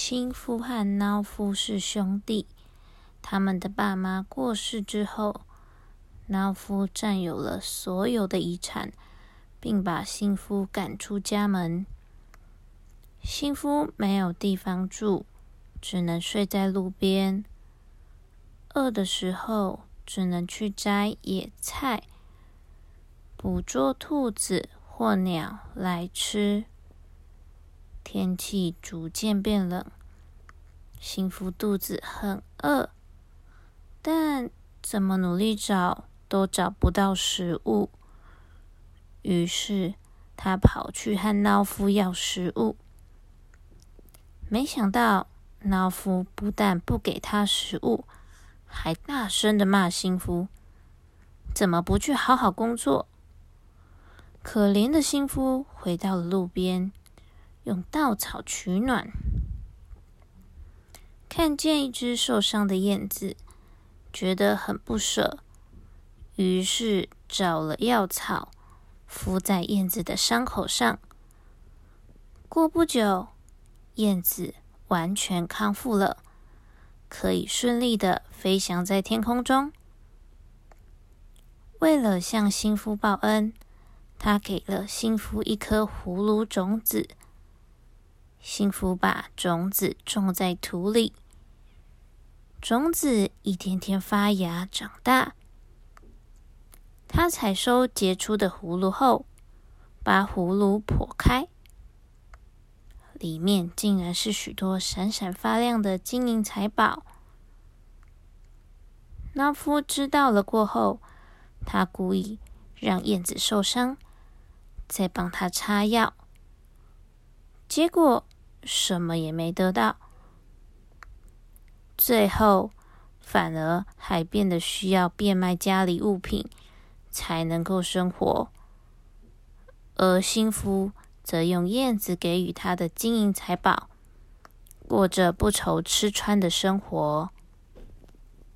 新夫和孬夫是兄弟，他们的爸妈过世之后，孬夫占有了所有的遗产，并把新夫赶出家门。新夫没有地方住，只能睡在路边。饿的时候，只能去摘野菜，捕捉兔子或鸟来吃。天气逐渐变冷，新夫肚子很饿，但怎么努力找都找不到食物。于是他跑去和孬夫要食物，没想到孬夫不但不给他食物，还大声地骂新夫：怎么不去好好工作？可怜的新夫回到了路边，用稻草取暖。看见一只受伤的燕子，觉得很不舍，于是找了药草敷在燕子的伤口上。过不久，燕子完全康复了，可以顺利地飞翔在天空中。为了向新夫报恩，他给了新夫一颗葫芦种子。新夫把种子种在土里，种子一天天发芽长大。他采收结出的葫芦后，把葫芦剖开，里面竟然是许多闪闪发亮的金银财宝。孬夫知道了过后，他故意让燕子受伤，再帮他擦药，结果什么也没得到，最后反而还变得需要变卖家里物品才能够生活。而新夫则用燕子给予他的金银财宝，过着不愁吃穿的生活。